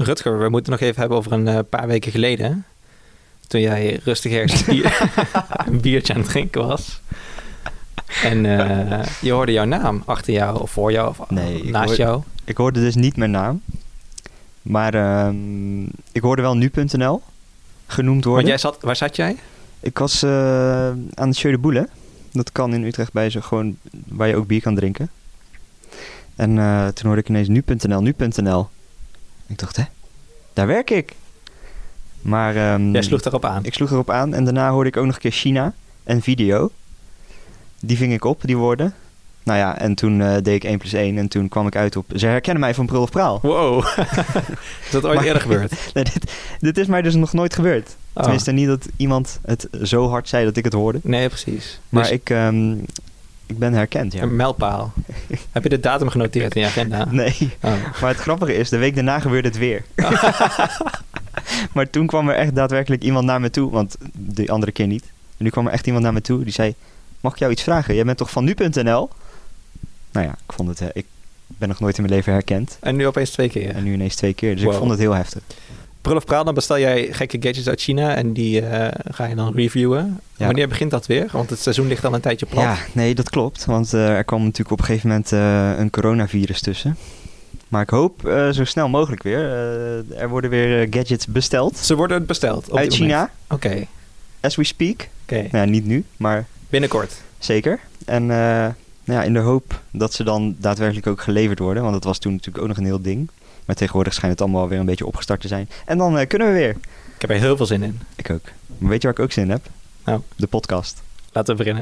Rutger, we moeten nog even hebben over een paar weken geleden. Toen jij rustig ergens een biertje aan het drinken was. En je hoorde jouw naam achter jou of voor jou of naast jou. Ik hoorde dus niet mijn naam. Maar ik hoorde wel nu.nl genoemd worden. Want waar zat jij? Ik was aan het Jeu de Boule. Dat kan in Utrecht bij zo gewoon waar je ook bier kan drinken. En toen hoorde ik ineens nu.nl. Ik dacht, daar werk ik. Maar jij sloeg erop aan. Ik sloeg erop aan en daarna hoorde ik ook nog een keer China en video. Die ving ik op, die woorden. Nou ja, en toen deed ik 1 + 1 en toen kwam ik uit op... Ze herkennen mij van Prul of Praal. Wow, is dat ooit eerder gebeurd? Nee, dit is mij dus nog nooit gebeurd. Oh. Tenminste, niet dat iemand het zo hard zei dat ik het hoorde. Nee, precies. Maar dus ik ben herkend, ja. Een mijlpaal. Heb je de datum genoteerd in je agenda? Nee, maar het grappige is, de week daarna gebeurde het weer. Maar toen kwam er echt daadwerkelijk iemand naar me toe, want de andere keer niet. En nu kwam er echt iemand naar me toe die zei... Mag ik jou iets vragen? Jij bent toch van nu.nl? Nou ja, ik ben nog nooit in mijn leven herkend. En nu opeens 2 keer? En nu ineens 2 keer, dus ik vond het heel heftig. Prul of Praal, dan bestel jij gekke gadgets uit China en die ga je dan reviewen. Ja. Wanneer begint dat weer? Want het seizoen ligt al een tijdje plat. Ja, nee, dat klopt. Want er kwam natuurlijk op een gegeven moment een coronavirus tussen. Maar ik hoop zo snel mogelijk weer. Er worden weer gadgets besteld. Ze worden besteld? Uit China. Oké. As we speak. Okay. Nou, niet nu, maar... Binnenkort. Zeker. En in de hoop dat ze dan daadwerkelijk ook geleverd worden. Want dat was toen natuurlijk ook nog een heel ding. Maar tegenwoordig schijnt het allemaal weer een beetje opgestart te zijn. En dan kunnen we weer. Ik heb er heel veel zin in. Ik ook. Maar weet je waar ik ook zin in heb? Nou. De podcast. Laten we beginnen.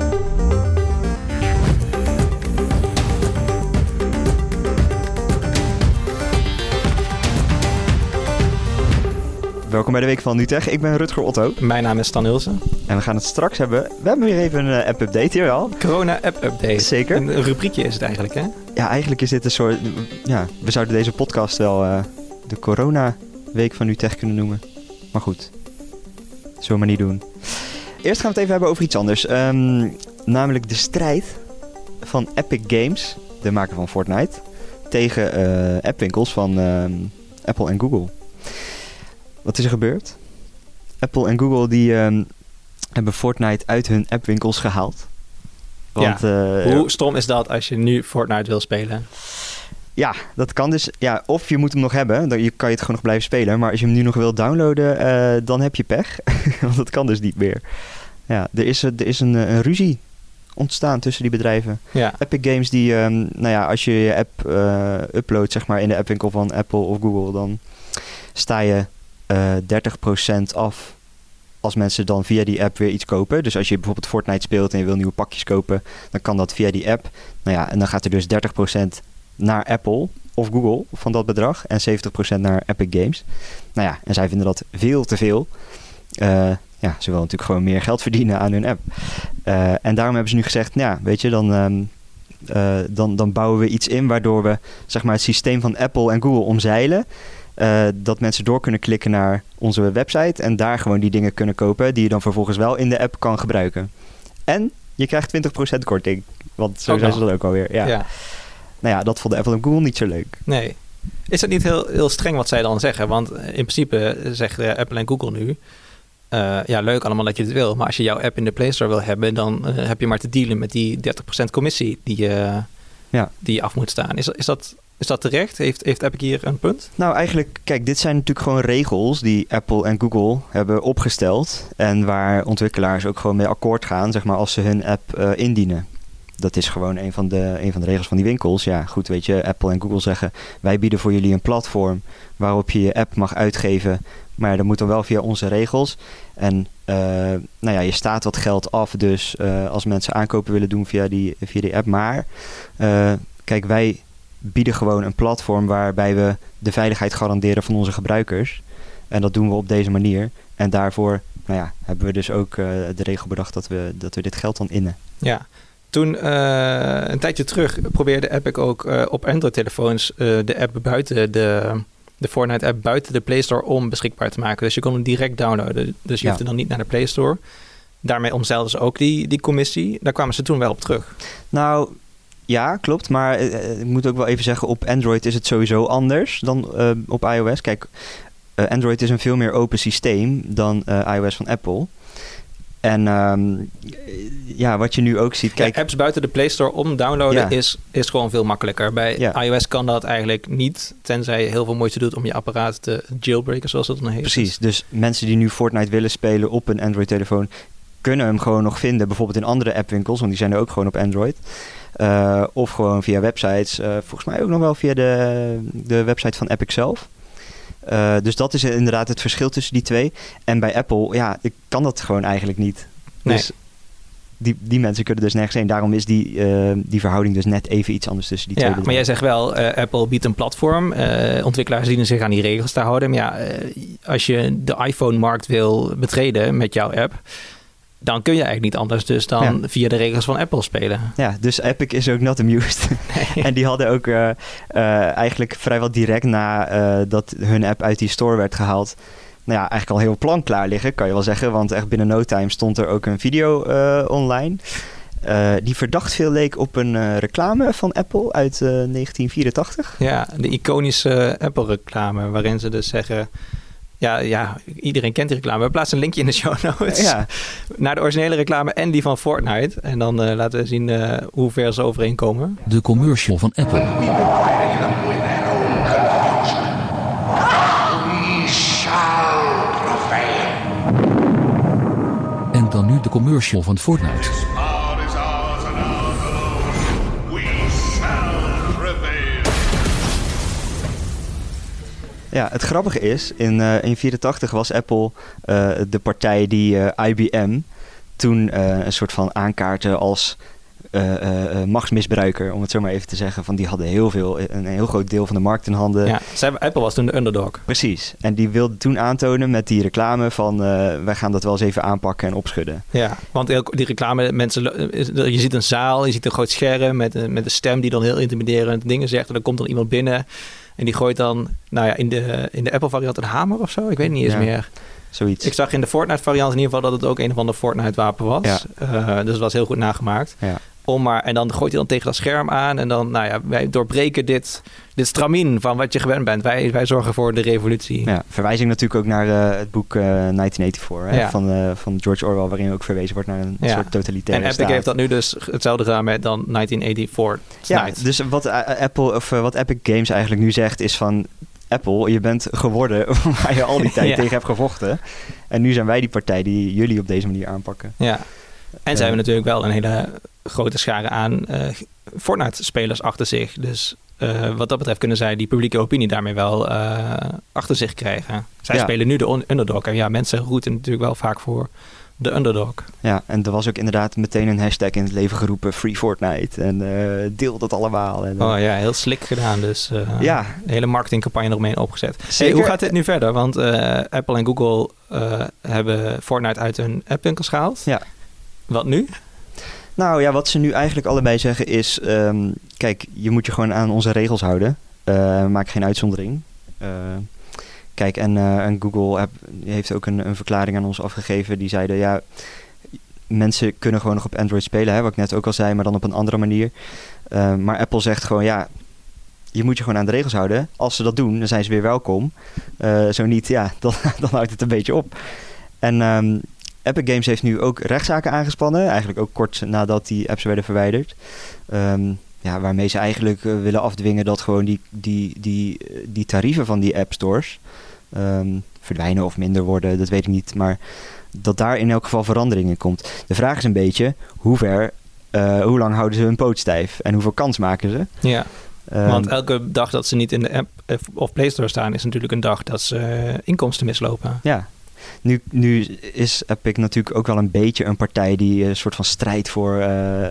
Welkom bij de Week van NuTech. Ik ben Rutger Otto. Mijn naam is Stan Ilsen. En we gaan het straks hebben... We hebben weer even een app-update hier al. Corona-app-update. Zeker. Een rubriekje is het eigenlijk, hè? Ja, eigenlijk is dit een soort... Ja, we zouden deze podcast wel de Corona-Week van NuTech kunnen noemen. Maar goed. Zullen we maar niet doen. Eerst gaan we het even hebben over iets anders. Namelijk de strijd van Epic Games, de maker van Fortnite, tegen appwinkels van Apple en Google. Wat is er gebeurd? Apple en Google die hebben Fortnite uit hun appwinkels gehaald. Want, hoe stom is dat als je nu Fortnite wil spelen? Ja, dat kan dus. Ja, of je moet hem nog hebben, dan kan je het gewoon nog blijven spelen. Maar als je hem nu nog wil downloaden, dan heb je pech. Want dat kan dus niet meer. Ja, er is een ruzie ontstaan tussen die bedrijven. Ja. Epic Games die, als je je app uploadt zeg maar in de appwinkel van Apple of Google, dan sta je 30% af als mensen dan via die app weer iets kopen. Dus als je bijvoorbeeld Fortnite speelt en je wil nieuwe pakjes kopen, dan kan dat via die app. Nou ja, en dan gaat er dus 30% naar Apple of Google van dat bedrag en 70% naar Epic Games. Nou ja, en zij vinden dat veel te veel. Ze willen natuurlijk gewoon meer geld verdienen aan hun app. En daarom hebben ze nu gezegd, weet je, dan bouwen we iets in waardoor we zeg maar het systeem van Apple en Google omzeilen. Dat mensen door kunnen klikken naar onze website en daar gewoon die dingen kunnen kopen die je dan vervolgens wel in de app kan gebruiken. En je krijgt 20% korting, want zo zijn ze dat ook alweer. Ja. Ja. Nou ja, dat vonden Apple en Google niet zo leuk. Nee. Is dat niet heel streng wat zij dan zeggen? Want in principe zegt Apple en Google nu, leuk allemaal dat je het wil, maar als je jouw app in de Play Store wil hebben, dan heb je maar te dealen met die 30% commissie die je af moet staan. Is dat terecht? Heeft Epic hier een punt? Nou, eigenlijk, kijk, dit zijn natuurlijk gewoon regels die Apple en Google hebben opgesteld en waar ontwikkelaars ook gewoon mee akkoord gaan, zeg maar, als ze hun app indienen. Dat is gewoon een van de regels van die winkels. Ja, goed, weet je, Apple en Google zeggen, wij bieden voor jullie een platform waarop je je app mag uitgeven, maar dat moet dan wel via onze regels. En je staat wat geld af, dus als mensen aankopen willen doen via die app. Maar kijk, wij bieden gewoon een platform waarbij we de veiligheid garanderen van onze gebruikers. En dat doen we op deze manier. En daarvoor hebben we dus ook de regel bedacht dat we dit geld dan innen. Ja. Toen een tijdje terug probeerde Epic ook op Android-telefoons de app buiten de Fortnite-app buiten de Play Store om beschikbaar te maken. Dus je kon hem direct downloaden. Dus je hoefde dan niet naar de Play Store. Daarmee omzeilden ze ook die commissie. Daar kwamen ze toen wel op terug. Nou, Ja, klopt. Maar ik moet ook wel even zeggen, op Android is het sowieso anders dan op iOS. Kijk, Android is een veel meer open systeem dan iOS van Apple. En wat je nu ook ziet... Kijk, apps buiten de Play Store om downloaden is gewoon veel makkelijker. Bij iOS kan dat eigenlijk niet, tenzij je heel veel moeite doet om je apparaat te jailbreken, zoals dat dan heet. Precies, dus mensen die nu Fortnite willen spelen op een Android-telefoon kunnen hem gewoon nog vinden, bijvoorbeeld in andere appwinkels, want die zijn er ook gewoon op Android. Of gewoon via websites. Volgens mij ook nog wel via de website van Epic zelf. Dus dat is inderdaad het verschil tussen die twee. En bij Apple, kan dat gewoon eigenlijk niet. Nee. Dus die mensen kunnen dus nergens heen. Daarom is die verhouding dus net even iets anders tussen die twee. Maar jij zegt wel, Apple biedt een platform. Ontwikkelaars dienen zich aan die regels te houden. Maar als je de iPhone-markt wil betreden met jouw app, dan kun je eigenlijk niet anders dus dan via de regels van Apple spelen. Ja, dus Epic is ook not amused. Nee. En die hadden ook eigenlijk vrijwel direct na dat hun app uit die store werd gehaald, eigenlijk al heel plan klaar liggen, kan je wel zeggen. Want echt binnen no time stond er ook een video online. Die verdacht veel leek op een reclame van Apple uit 1984. Ja, de iconische Apple-reclame, waarin ze dus zeggen... Ja, iedereen kent die reclame. We plaatsen een linkje in de show notes. Ja. Naar de originele reclame en die van Fortnite. En dan laten we zien hoe ver ze overeenkomen. De commercial van Apple. En dan nu de commercial van Fortnite. Ja, het grappige is, in 1984 was Apple de partij die IBM toen een soort van aankaarten als machtsmisbruiker, om het zo maar even te zeggen. Van die hadden een heel groot deel van de markt in handen. Ja, Apple was toen de underdog. Precies. En die wilde toen aantonen met die reclame van wij gaan dat wel eens even aanpakken en opschudden. Ja, want die reclame, mensen, je ziet een zaal, je ziet een groot scherm met een stem die dan heel intimiderend dingen zegt. En dan komt dan iemand binnen en die gooit dan, in de Apple variant een hamer of zo. Ik weet niet eens meer. Zoiets. Ik zag in de Fortnite variant in ieder geval dat het ook een of ander Fortnite wapen was. Ja. Dus het was heel goed nagemaakt. Ja. En dan gooit hij dan tegen dat scherm aan. En dan, wij doorbreken dit stramien van wat je gewend bent. Wij zorgen voor de revolutie. Ja, verwijzing natuurlijk ook naar het boek 1984 van George Orwell, waarin ook verwezen wordt naar een soort totalitaire staat. En Epic heeft dat nu dus hetzelfde gedaan met dan 1984. Ja, dus wat Apple of wat Epic Games eigenlijk nu zegt is van: Apple, je bent geworden waar je al die tijd tegen hebt gevochten. En nu zijn wij die partij die jullie op deze manier aanpakken. Ja. En ze hebben natuurlijk wel een hele grote schare aan Fortnite-spelers achter zich. Dus wat dat betreft kunnen zij die publieke opinie daarmee wel achter zich krijgen. Zij spelen nu de underdog. En mensen roeten natuurlijk wel vaak voor de underdog. Ja, en er was ook inderdaad meteen een hashtag in het leven geroepen: Free Fortnite. En deel dat allemaal. En, heel slik gedaan. Dus de hele marketingcampagne eromheen opgezet. Zeker. Hoe gaat dit nu verder? Want Apple en Google hebben Fortnite uit hun appwinkels gehaald. Ja. Wat nu? Nou ja, wat ze nu eigenlijk allebei zeggen is: kijk, je moet je gewoon aan onze regels houden. Maak geen uitzondering. Kijk, en Google heeft ook een verklaring aan ons afgegeven. Die zeiden, mensen kunnen gewoon nog op Android spelen. Wat ik net ook al zei, maar dan op een andere manier. Maar Apple zegt gewoon, je moet je gewoon aan de regels houden. Als ze dat doen, dan zijn ze weer welkom. Zo niet, dan houdt het een beetje op. En Epic Games heeft nu ook rechtszaken aangespannen. Eigenlijk ook kort nadat die apps werden verwijderd. Waarmee ze eigenlijk willen afdwingen dat gewoon die tarieven van die app stores verdwijnen of minder worden. Dat weet ik niet. Maar dat daar in elk geval verandering in komt. De vraag is een beetje, hoe lang houden ze hun poot stijf? En hoeveel kans maken ze? Ja. Want elke dag dat ze niet in de app of Play Store staan is natuurlijk een dag dat ze inkomsten mislopen. Ja. Nu is Epic natuurlijk ook wel een beetje een partij die een soort van strijdt voor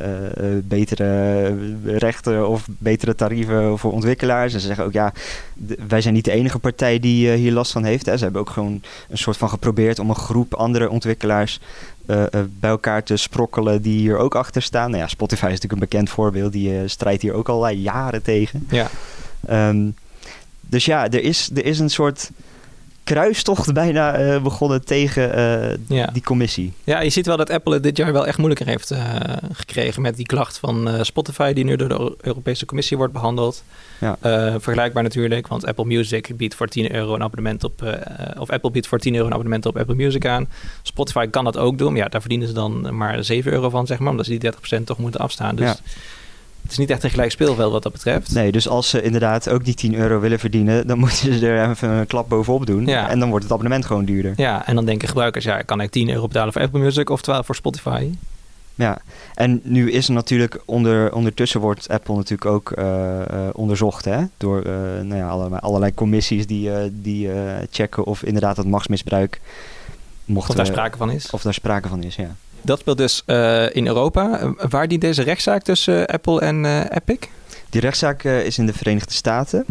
betere rechten of betere tarieven voor ontwikkelaars. En ze zeggen ook, wij zijn niet de enige partij die hier last van heeft. Hè. Ze hebben ook gewoon een soort van geprobeerd om een groep andere ontwikkelaars bij elkaar te sprokkelen die hier ook achter staan. Spotify is natuurlijk een bekend voorbeeld. Die strijdt hier ook al jaren tegen. Ja. Dus er is een soort kruistocht bijna begonnen tegen die commissie. Ja, je ziet wel dat Apple het dit jaar wel echt moeilijker heeft gekregen met die klacht van Spotify die nu door de Europese Commissie wordt behandeld. Ja. Vergelijkbaar natuurlijk, want Apple Music biedt voor €10 een abonnement op, of Apple biedt voor €10 een abonnement op Apple Music aan. Spotify kan dat ook doen, maar ja, daar verdienen ze dan maar €7 van, zeg maar, omdat ze die 30% toch moeten afstaan. Dus het is niet echt een gelijk speelveld wat dat betreft. Nee, dus als ze inderdaad ook die €10 willen verdienen, dan moeten ze er even een klap bovenop doen. Ja. En dan wordt het abonnement gewoon duurder. Ja, en dan denken gebruikers, ja, kan ik €10 betalen voor Apple Music of 12 voor Spotify? Ja, en nu is er natuurlijk ondertussen wordt Apple natuurlijk ook onderzocht, hè, door allerlei commissies die checken of inderdaad dat machtsmisbruik Of daar sprake van is. Of daar sprake van is, ja. Dat speelt dus in Europa. Waar dient deze rechtszaak tussen Apple en Epic? Die rechtszaak is in de Verenigde Staten.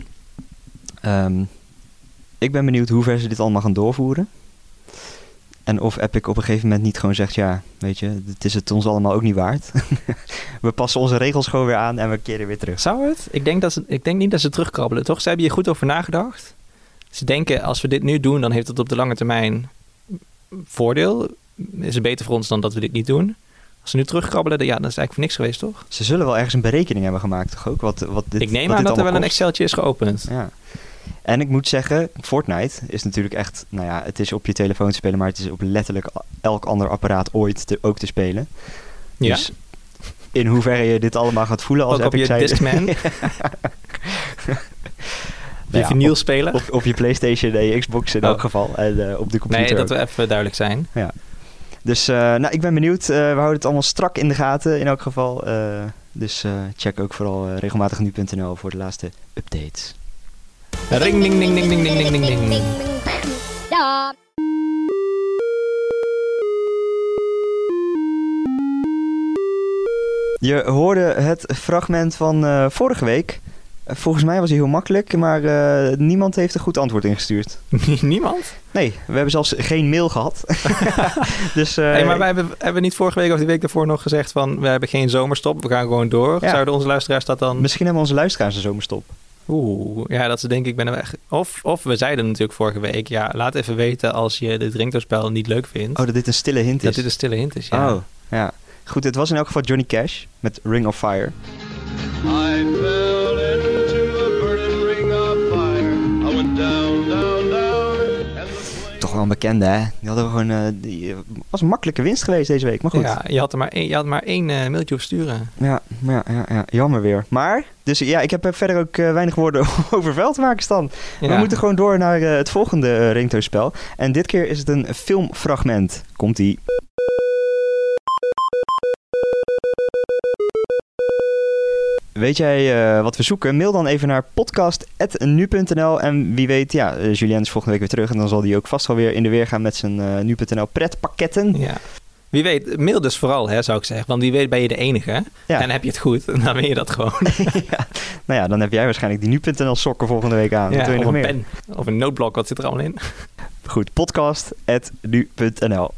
Ik ben benieuwd hoe ver ze dit allemaal gaan doorvoeren. En of Epic op een gegeven moment niet gewoon zegt, ja, weet je, het is het ons allemaal ook niet waard. We passen onze regels gewoon weer aan en we keren weer terug. Zou het? Ik denk niet dat ze terugkrabbelen, toch? Ze hebben hier goed over nagedacht. Ze denken, als we dit nu doen, dan heeft het op de lange termijn voordeel. Is het beter voor ons dan dat we dit niet doen? Als ze nu terugkrabbelen, ja, dat is eigenlijk voor niks geweest, toch? Ze zullen wel ergens een berekening hebben gemaakt, toch ook? Ik neem aan dat er wel een Exceltje is geopend. Ja. En ik moet zeggen, Fortnite is natuurlijk echt, nou ja, het is op je telefoon te spelen, maar het is op letterlijk elk ander apparaat ooit ook te spelen. Ja. Dus in hoeverre je dit allemaal gaat voelen als ook Epic op je Discman. Je vinyl spelen. Op je PlayStation en je Xbox in elk geval. En op de computer. Nee, dat we even duidelijk zijn. Ja. Dus ik ben benieuwd. We houden het allemaal strak in de gaten in elk geval. Dus check ook vooral regelmatig nu.nl voor de laatste updates. Ring, ding, ding, ding, ding, ding, ding, ding, ding. Ja. Je hoorde het fragment van vorige week. Volgens mij was hij heel makkelijk, maar niemand heeft een goed antwoord ingestuurd. Niemand? Nee, we hebben zelfs geen mail gehad. Dus, maar wij hebben niet vorige week of de week daarvoor nog gezegd van we hebben geen zomerstop, we gaan gewoon door. Ja. Zouden onze luisteraars dat dan... Misschien hebben onze luisteraars een zomerstop. Ja, dat ze denk ik ben er weg. Of we zeiden natuurlijk vorige week, ja, laat even weten als je dit ringtoonspel niet leuk vindt. Oh, dat dit een stille hint is. Dat dit een stille hint is, ja. Oh, ja. Goed, het was in elk geval Johnny Cash met Ring of Fire. I fell into a burning ring of fire. I went down, down, down. And the flame... Toch wel een bekende, hè? Die hadden we gewoon... was een makkelijke winst geweest deze week, maar goed. Ja, je had maar één mailtje hoeven sturen. Ja, jammer weer. Maar, dus ja, ik heb verder ook weinig woorden over vuilnismakers dan. Ja. We moeten gewoon door naar het volgende ringtoonspel. En dit keer is het een filmfragment. Komt-ie. Weet jij wat we zoeken? Mail dan even naar podcast@nu.nl. En wie weet, ja, Julien is volgende week weer terug. En dan zal hij ook vast wel weer in de weer gaan met zijn nu.nl pretpakketten. Ja. Wie weet, mail dus vooral, hè, zou ik zeggen. Want wie weet ben je de enige. Ja. En heb je het goed, dan weet je dat gewoon. Ja. Nou ja, dan heb jij waarschijnlijk die nu.nl sokken volgende week aan. Wat wil je of nog een meer? pen. Of een noteblok, wat zit er allemaal in? Goed, podcast@nu.nl.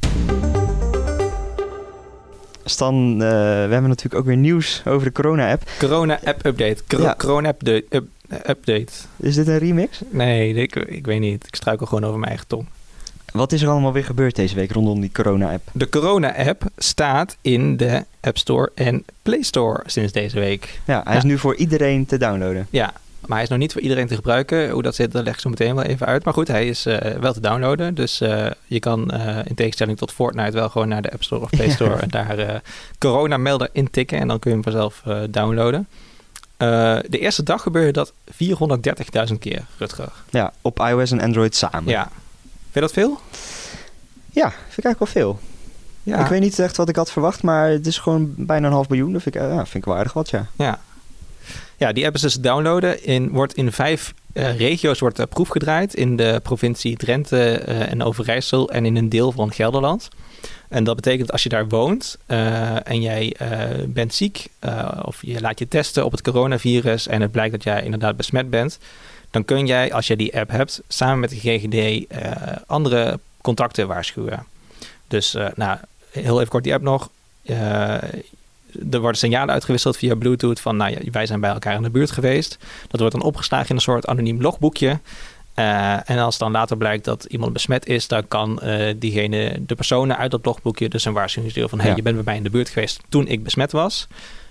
Stan, we hebben natuurlijk ook weer nieuws over de corona-app. Corona-app-update. Ja. Corona-app-update. Is dit een remix? Nee, ik weet niet. Ik struikel gewoon over mijn eigen tong. Wat is er allemaal weer gebeurd deze week rondom die corona-app? De corona-app staat in de App Store en Play Store sinds deze week. Ja, hij is nu voor iedereen te downloaden. Ja, maar hij is nog niet voor iedereen te gebruiken. Hoe dat zit, dat leg ik zo meteen wel even uit. Maar goed, hij is wel te downloaden. Dus je kan in tegenstelling tot Fortnite wel gewoon naar de App Store of Play Store en daar corona-melder intikken. En dan kun je hem vanzelf downloaden. De eerste dag gebeurde dat 430.000 keer, Rutger. Ja, op iOS en Android samen. Ja. Vind je dat veel? Ja, vind ik eigenlijk wel veel. Ja. Ik weet niet echt wat ik had verwacht, maar het is gewoon bijna 500.000. Dat vind ik wel aardig wat, ja. Ja, die app is dus te downloaden. Wordt in 5 regio's proef gedraaid. In de provincie Drenthe en Overijssel en in een deel van Gelderland. En dat betekent als je daar woont en jij bent ziek of je laat je testen op het coronavirus en het blijkt dat jij inderdaad besmet bent, dan kun jij, als je die app hebt, samen met de GGD andere contacten waarschuwen. Dus heel even kort die app nog. Er worden signalen uitgewisseld via Bluetooth van, wij zijn bij elkaar in de buurt geweest. Dat wordt dan opgeslagen in een soort anoniem logboekje. En als dan later blijkt dat iemand besmet is, dan kan de personen uit dat logboekje dus een waarschuwing sturen van hey, je bent bij mij in de buurt geweest toen ik besmet was.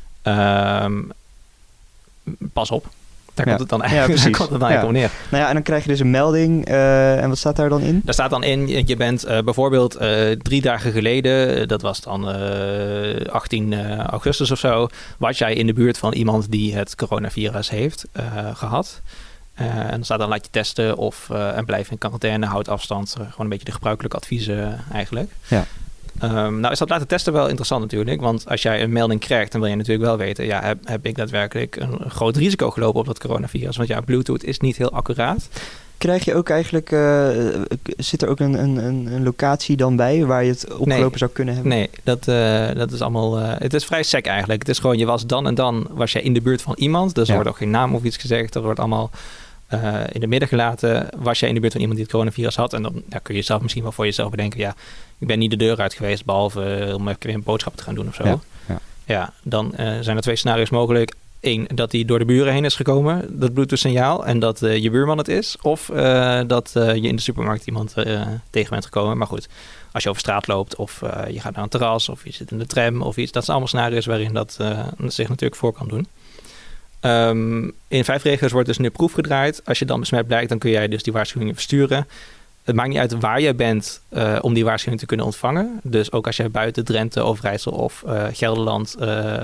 Pas op. Daar komt het dan eigenlijk op neer. Nou ja, en dan krijg je dus een melding. En wat staat daar dan in? Daar staat dan in, je bent bijvoorbeeld 3 dagen geleden, dat was dan 18 augustus of zo, was jij in de buurt van iemand die het coronavirus heeft gehad. En dan staat dan laat je testen en blijf in quarantaine, houd afstand. Gewoon een beetje de gebruikelijke adviezen eigenlijk. Ja. Nou is dat laten testen wel interessant natuurlijk. Want als jij een melding krijgt, dan wil je natuurlijk wel weten... ja, heb ik daadwerkelijk een groot risico gelopen op dat coronavirus? Want ja, Bluetooth is niet heel accuraat. Krijg je ook eigenlijk... zit er ook een locatie dan bij waar je het opgelopen zou kunnen hebben? Nee, dat is allemaal... het is vrij sec eigenlijk. Het is gewoon, je was dan en dan was jij in de buurt van iemand. Dus er wordt ook geen naam of iets gezegd. Er wordt allemaal... in de midden gelaten, was jij in de buurt van iemand die het coronavirus had. En dan kun je zelf misschien wel voor jezelf bedenken... ja, ik ben niet de deur uit geweest... behalve om even weer een boodschap te gaan doen of zo. Ja, dan zijn er 2 scenario's mogelijk. 1, dat die door de buren heen is gekomen, dat Bluetooth-signaal... en dat je buurman het is. Of dat je in de supermarkt iemand tegen bent gekomen. Maar goed, als je over straat loopt... of je gaat naar een terras... of je zit in de tram of iets... dat zijn allemaal scenario's waarin dat zich natuurlijk voor kan doen. In 5 regio's wordt dus nu proef gedraaid. Als je dan besmet blijkt, dan kun jij dus die waarschuwingen versturen. Het maakt niet uit waar je bent om die waarschuwing te kunnen ontvangen. Dus ook als jij buiten Drenthe, Overijssel of Gelderland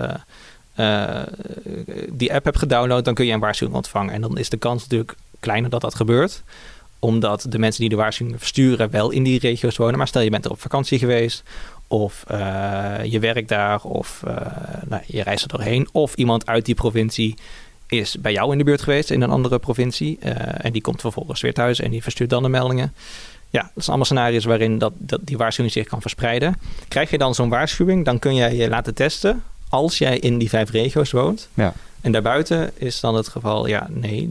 die app hebt gedownload, dan kun je een waarschuwing ontvangen. En dan is de kans natuurlijk kleiner dat dat gebeurt. Omdat de mensen die de waarschuwingen versturen wel in die regio's wonen. Maar stel je bent er op vakantie geweest... of je werkt daar, of je reist er doorheen... of iemand uit die provincie is bij jou in de buurt geweest... in een andere provincie. En die komt vervolgens weer thuis en die verstuurt dan de meldingen. Ja, dat zijn allemaal scenario's waarin dat die waarschuwing zich kan verspreiden. Krijg je dan zo'n waarschuwing, dan kun jij je laten testen... als jij in die 5 regio's woont. Ja. En daarbuiten is dan het geval, ja, nee,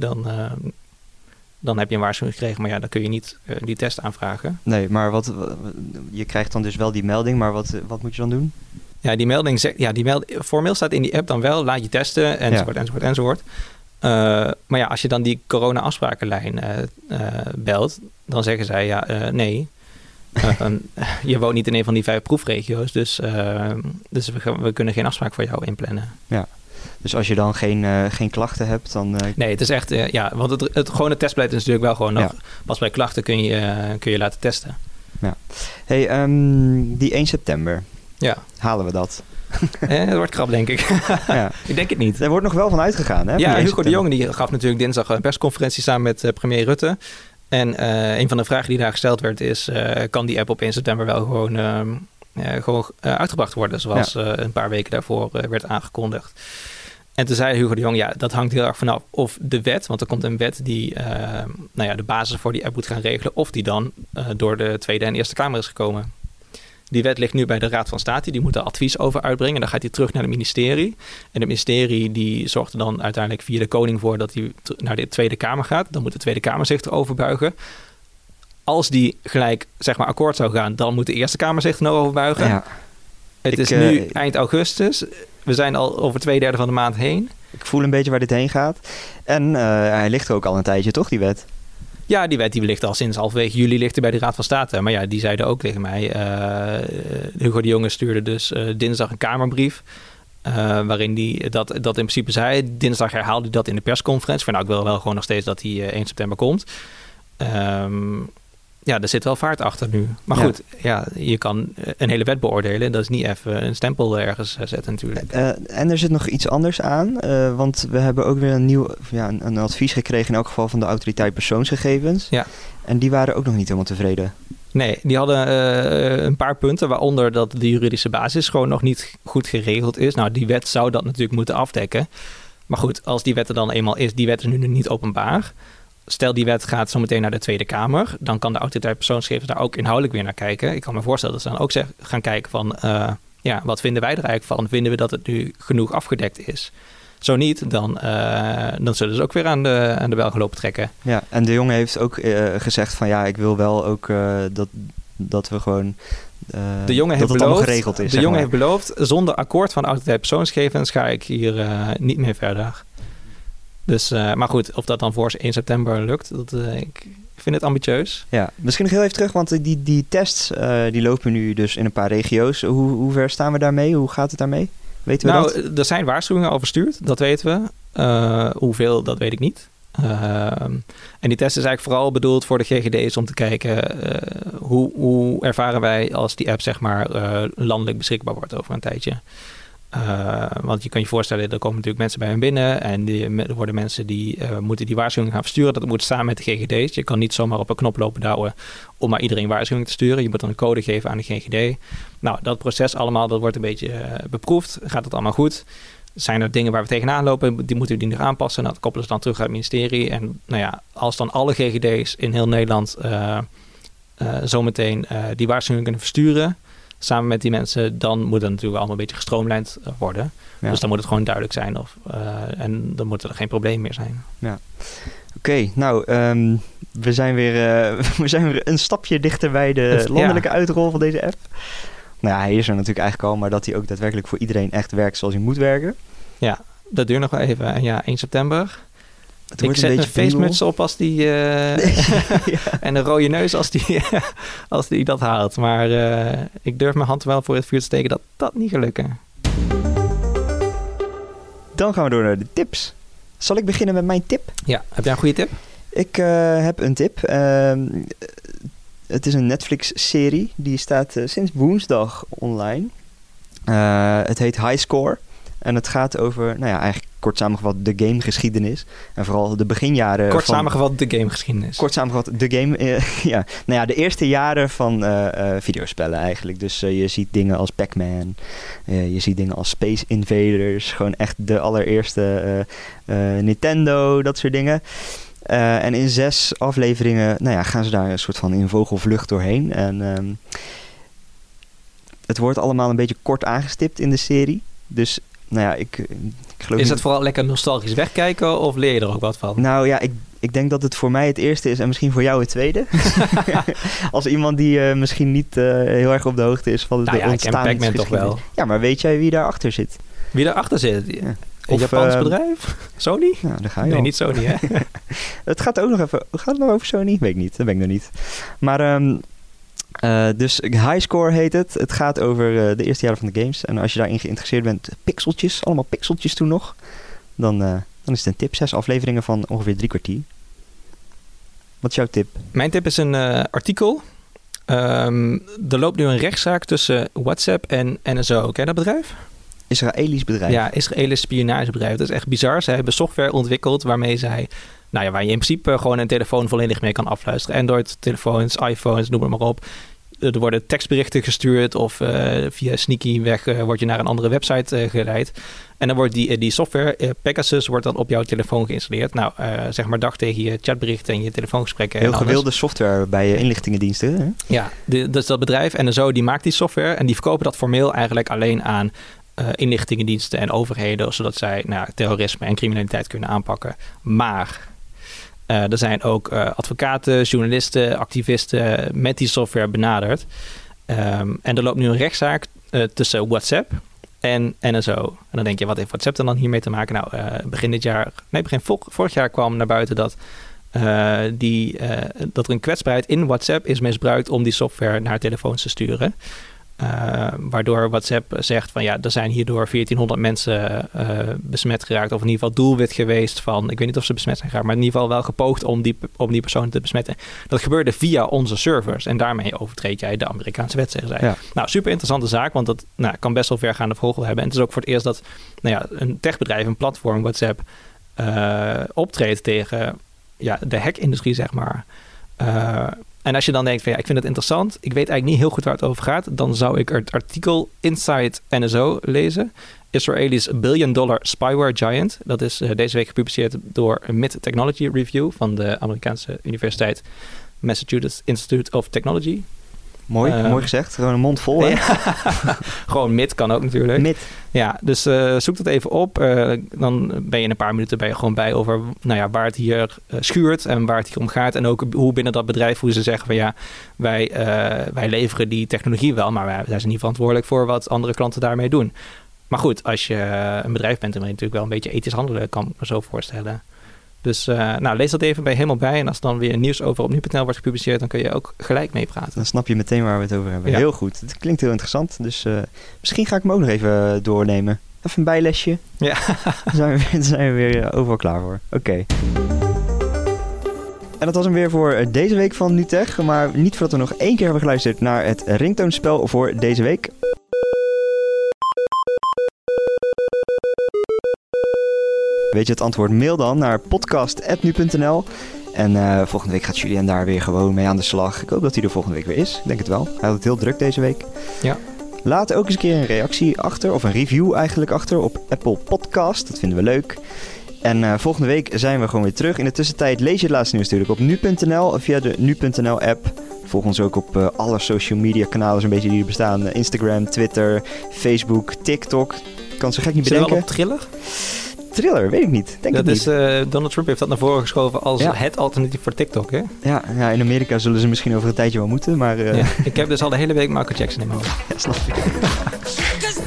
dan heb je een waarschuwing gekregen, maar ja, dan kun je niet die test aanvragen. Nee, maar je krijgt dan dus wel die melding, maar wat moet je dan doen? Ja, die melding zegt, formeel staat in die app dan wel, laat je testen, enzovoort. Maar ja, als je dan die corona-afsprakenlijn belt, dan zeggen zij, nee, je woont niet in een van die 5 proefregio's, dus we kunnen geen afspraak voor jou inplannen. Ja. Dus als je dan geen klachten hebt, dan... Nee, het is echt... want het gewone testbeleid is natuurlijk wel gewoon nog... Pas bij klachten kun je laten testen. Ja. Hey, die 1 september. Ja. Halen we dat? Het wordt krap, denk ik. Ja. Ik denk het niet. Er wordt nog wel van uitgegaan, hè? Ja, Hugo de Jonge die gaf natuurlijk dinsdag een persconferentie samen met premier Rutte. En een van de vragen die daar gesteld werd is... kan die app op 1 september wel gewoon uitgebracht worden... zoals een paar weken daarvoor werd aangekondigd. En toen zei Hugo de Jong, ja, dat hangt heel erg vanaf of de wet... want er komt een wet die de basis voor die app moet gaan regelen... of die dan door de Tweede en Eerste Kamer is gekomen. Die wet ligt nu bij de Raad van State. Die moet daar advies over uitbrengen. Dan gaat hij terug naar het ministerie. En het ministerie die zorgt er dan uiteindelijk via de koning voor... dat hij naar de Tweede Kamer gaat. Dan moet de Tweede Kamer zich erover buigen. Als die gelijk akkoord zou gaan... dan moet de Eerste Kamer zich er over buigen. Ja. Het is nu eind augustus. We zijn al over 2/3 van de maand heen. Ik voel een beetje waar dit heen gaat. En hij ligt er ook al een tijdje, toch, die wet? Ja, die wet die ligt al sinds halverwege juli ligt bij de Raad van State. Maar ja, die zeiden ook tegen mij... Hugo de Jonge stuurde dus dinsdag een Kamerbrief... waarin hij dat in principe zei. Dinsdag herhaalde hij dat in de persconferentie. Van ik wil wel gewoon nog steeds dat hij 1 september komt. Ja, er zit wel vaart achter nu. Maar goed, je kan een hele wet beoordelen. Dat is niet even een stempel ergens zetten natuurlijk. En er zit nog iets anders aan. Want we hebben ook weer een advies gekregen... in elk geval van de Autoriteit Persoonsgegevens. Ja. En die waren ook nog niet helemaal tevreden. Nee, die hadden een paar punten... waaronder dat de juridische basis gewoon nog niet goed geregeld is. Nou, die wet zou dat natuurlijk moeten afdekken. Maar goed, als die wet er dan eenmaal is... die wet is nu niet openbaar... Stel die wet gaat zo meteen naar de Tweede Kamer... dan kan de Autoriteit Persoonsgegevens daar ook inhoudelijk weer naar kijken. Ik kan me voorstellen dat ze dan ook gaan kijken van... wat vinden wij er eigenlijk van? Vinden we dat het nu genoeg afgedekt is? Zo niet, dan zullen ze ook weer aan de bel gaan lopen trekken. Ja, en de jongen heeft ook gezegd van... ik wil wel ook dat we gewoon... de jongen heeft beloofd, geregeld is. De jongen heeft beloofd... zonder akkoord van de Autoriteit Persoonsgegevens... ga ik hier niet meer verder. Dus, maar goed, of dat dan voor 1 september lukt, ik vind het ambitieus. Ja, misschien nog heel even terug, want die tests die lopen nu dus in een paar regio's. Hoe ver staan we daarmee? Hoe gaat het daarmee? Weten we dat? Er zijn waarschuwingen over verstuurd, dat weten we. Hoeveel, dat weet ik niet. En die test is eigenlijk vooral bedoeld voor de GGD's om te kijken hoe ervaren wij als die app zeg maar landelijk beschikbaar wordt over een tijdje. Want je kan je voorstellen, er komen natuurlijk mensen bij hen binnen en er worden mensen die moeten die waarschuwing gaan versturen. Dat moet samen met de GGD's. Je kan niet zomaar op een knop lopen douwen om maar iedereen waarschuwing te sturen. Je moet dan een code geven aan de GGD. Nou, dat proces allemaal, dat wordt een beetje beproefd. Gaat het allemaal goed? Zijn er dingen waar we tegenaan lopen? Die moeten we nog aanpassen. Dat koppelen ze dan terug uit het ministerie. En nou ja, als dan alle GGD's in heel Nederland zometeen die waarschuwing kunnen versturen samen met die mensen, dan moet het natuurlijk allemaal een beetje gestroomlijnd worden. Ja. Dus dan moet het gewoon duidelijk zijn en dan moet er geen probleem meer zijn. Ja. Oké, nou, we zijn weer een stapje dichter bij de landelijke uitrol van deze app. Nou ja, hij is er natuurlijk eigenlijk al, maar dat hij ook daadwerkelijk voor iedereen echt werkt zoals hij moet werken. Ja, dat duurt nog wel even. En ja, 1 september. Ik zet een feestmuts op als die... ja. En een rode neus als die dat haalt. Maar ik durf mijn hand wel voor het vuur te steken dat dat niet gaat lukken. Dan gaan we door naar de tips. Zal ik beginnen met mijn tip? Ja, heb jij een goede tip? Ik heb een tip. Het is een Netflix-serie. Die staat sinds woensdag online. Het heet High Score. En het gaat over, nou ja, eigenlijk kort samengevat de gamegeschiedenis. En vooral de beginjaren Kort samengevat de gamegeschiedenis. Kort samengevat de game, ja. Nou ja, de eerste jaren van videospellen eigenlijk. Dus je ziet dingen als Pac-Man. Je ziet dingen als Space Invaders. Gewoon echt de allereerste Nintendo, dat soort dingen. En in 6 afleveringen, nou ja, gaan ze daar een soort van in vogelvlucht doorheen. En het wordt allemaal een beetje kort aangestipt in de serie. Dus, nou ja, ik geloof... Is het vooral lekker nostalgisch wegkijken of leer je er ook wat van? Nou ja, ik denk dat het voor mij het eerste is en misschien voor jou het tweede. Als iemand die misschien niet heel erg op de hoogte is van de ontstaansgeschiedenis. Pac-Man toch wel. Ja, maar weet jij wie daarachter zit? Wie daarachter zit? Ja. Een Of, Japans bedrijf? Sony? Nou, daar ga je Nee, al. niet Sony, hè? Het gaat ook nog even... Gaat het nog over Sony? Weet ik niet. Dat ben ik nog niet. Maar... dus High Score heet het. Het gaat over de eerste jaren van de games. En als je daarin geïnteresseerd bent, pixeltjes, allemaal pixeltjes toen nog. Dan is het een tip. 6 afleveringen van ongeveer 3 kwartier. Wat is jouw tip? Mijn tip is een artikel. Er loopt nu een rechtszaak tussen WhatsApp en NSO. Ken je dat bedrijf? Israëlisch bedrijf. Ja, Israëlisch spionagebedrijf. Dat is echt bizar. Ze hebben software ontwikkeld waarmee zij... Nou ja, waar je in principe gewoon een telefoon volledig mee kan afluisteren. Android-telefoons, iPhones, noem maar op. Er worden tekstberichten gestuurd of via sneaky weg word je naar een andere website geleid. En dan wordt die software, Pegasus, wordt dan op jouw telefoon geïnstalleerd. Nou, zeg maar dag tegen je chatberichten en je telefoongesprekken. Heel gewilde software bij inlichtingendiensten. Hè? Ja, dus dat bedrijf NSO die maakt die software en die verkopen dat formeel eigenlijk alleen aan inlichtingendiensten en overheden, zodat zij terrorisme en criminaliteit kunnen aanpakken. Maar... er zijn ook advocaten, journalisten, activisten met die software benaderd. En er loopt nu een rechtszaak tussen WhatsApp en NSO. En dan denk je, wat heeft WhatsApp dan hiermee te maken? Nou, begin vorig jaar kwam naar buiten dat er een kwetsbaarheid in WhatsApp is misbruikt om die software naar telefoons te sturen. Waardoor WhatsApp zegt van ja, er zijn hierdoor 1400 mensen besmet geraakt. Of in ieder geval doelwit geweest van, ik weet niet of ze besmet zijn geraakt, maar in ieder geval wel gepoogd om die persoon te besmetten. Dat gebeurde via onze servers en daarmee overtreed jij de Amerikaanse wet, zeggen zij. Ja. Nou, super interessante zaak, want dat kan best wel vergaande gevolgen hebben. En het is ook voor het eerst dat een techbedrijf, een platform, WhatsApp, optreedt tegen de hack-industrie, zeg maar. En als je dan denkt van ik vind het interessant, ik weet eigenlijk niet heel goed waar het over gaat, dan zou ik het artikel Inside NSO lezen. Israëli's $1 billion spyware giant. Dat is deze week gepubliceerd door MIT Technology Review van de Amerikaanse Universiteit Massachusetts Institute of Technology. Mooi gezegd. Gewoon een mond vol. Hè? Ja. Gewoon MIT kan ook natuurlijk. MIT. Ja, dus zoek dat even op. Dan ben je in een paar minuten gewoon bij over waar het hier schuurt en waar het hier om gaat. En ook hoe binnen dat bedrijf, hoe ze zeggen van wij leveren die technologie wel, maar wij zijn niet verantwoordelijk voor wat andere klanten daarmee doen. Maar goed, als je een bedrijf bent, dan ben je natuurlijk wel een beetje ethisch handelen, kan ik me zo voorstellen. Dus lees dat even, ben je helemaal bij. En als er dan weer nieuws over op nu.nl wordt gepubliceerd, dan kun je ook gelijk meepraten. Dan snap je meteen waar we het over hebben. Ja. Heel goed. Het klinkt heel interessant. Dus misschien ga ik hem ook nog even doornemen. Even een bijlesje. Ja. Dan zijn we weer overal klaar voor. Oké. En dat was hem weer voor deze week van NuTech. Maar niet voordat we nog 1 keer hebben geluisterd naar het ringtoonspel voor deze week. Weet je het antwoord? Mail dan naar podcast@nu.nl. En volgende week gaat Julian daar weer gewoon mee aan de slag. Ik hoop dat hij er volgende week weer is. Ik denk het wel. Hij had het heel druk deze week. Ja. Laat ook eens een keer een reactie achter, of een review eigenlijk achter, op Apple Podcast. Dat vinden we leuk. En volgende week zijn we gewoon weer terug. In de tussentijd lees je het laatste nieuws natuurlijk op nu.nl via de nu.nl app. Volg ons ook op alle social media kanalen zo'n beetje die er bestaan. Instagram, Twitter, Facebook, TikTok. Ik kan het zo gek niet Zit er wel bedenken. op Triller? Triller, weet ik niet. Denk Dat het is, niet. Donald Trump heeft dat naar voren geschoven als het alternatief voor TikTok, hè? Ja, in Amerika zullen ze misschien over een tijdje wel moeten, maar... Ja. Ik heb dus al de hele week Michael Jackson in mijn hoofd. Ja, snap ik.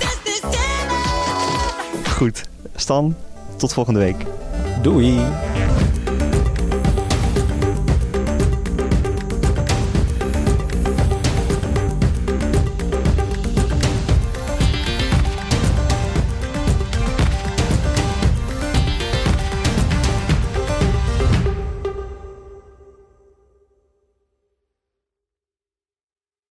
Goed. Stan, tot volgende week. Doei!